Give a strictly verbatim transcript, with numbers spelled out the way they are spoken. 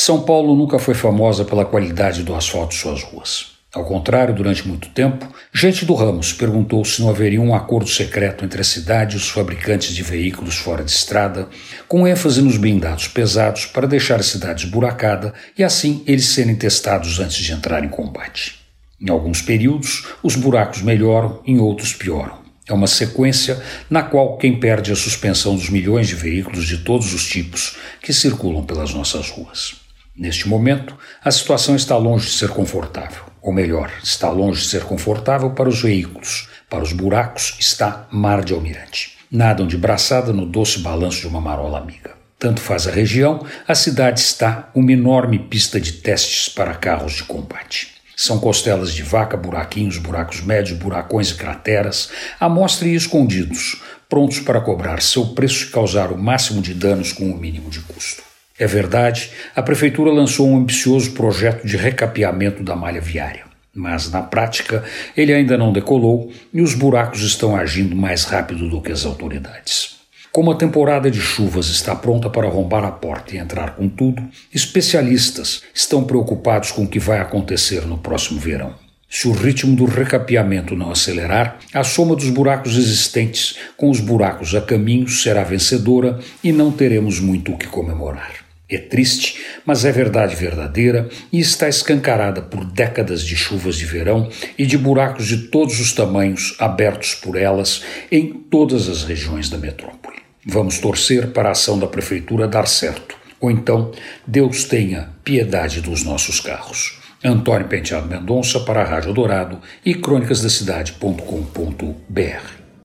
São Paulo nunca foi famosa pela qualidade do asfalto de suas ruas. Ao contrário, durante muito tempo, gente do ramo se perguntou se não haveria um acordo secreto entre a cidade e os fabricantes de veículos fora de estrada, com ênfase nos blindados pesados para deixar a cidade esburacada e assim eles serem testados antes de entrar em combate. Em alguns períodos, os buracos melhoram, em outros pioram. É uma sequência na qual quem perde a suspensão dos milhões de veículos de todos os tipos que circulam pelas nossas ruas. Neste momento, a situação está longe de ser confortável. Ou melhor, está longe de ser confortável para os veículos. Para os buracos está mar de almirante. Nadam de braçada no doce balanço de uma marola amiga. Tanto faz a região, a cidade está uma enorme pista de testes para carros de combate. São costelas de vaca, buraquinhos, buracos médios, buracões e crateras, à mostra e escondidos, prontos para cobrar seu preço e causar o máximo de danos com o mínimo de custo. É verdade, a Prefeitura lançou um ambicioso projeto de recapeamento da malha viária, mas, na prática, ele ainda não decolou e os buracos estão agindo mais rápido do que as autoridades. Como a temporada de chuvas está pronta para arrombar a porta e entrar com tudo, especialistas estão preocupados com o que vai acontecer no próximo verão. Se o ritmo do recapeamento não acelerar, a soma dos buracos existentes com os buracos a caminho será vencedora e não teremos muito o que comemorar. É triste, mas é verdade verdadeira e está escancarada por décadas de chuvas de verão e de buracos de todos os tamanhos abertos por elas em todas as regiões da metrópole. Vamos torcer para a ação da Prefeitura dar certo, ou então Deus tenha piedade dos nossos carros. Antônio Penteado Mendonça para a Rádio Dourado e crônicas da cidade ponto com ponto br.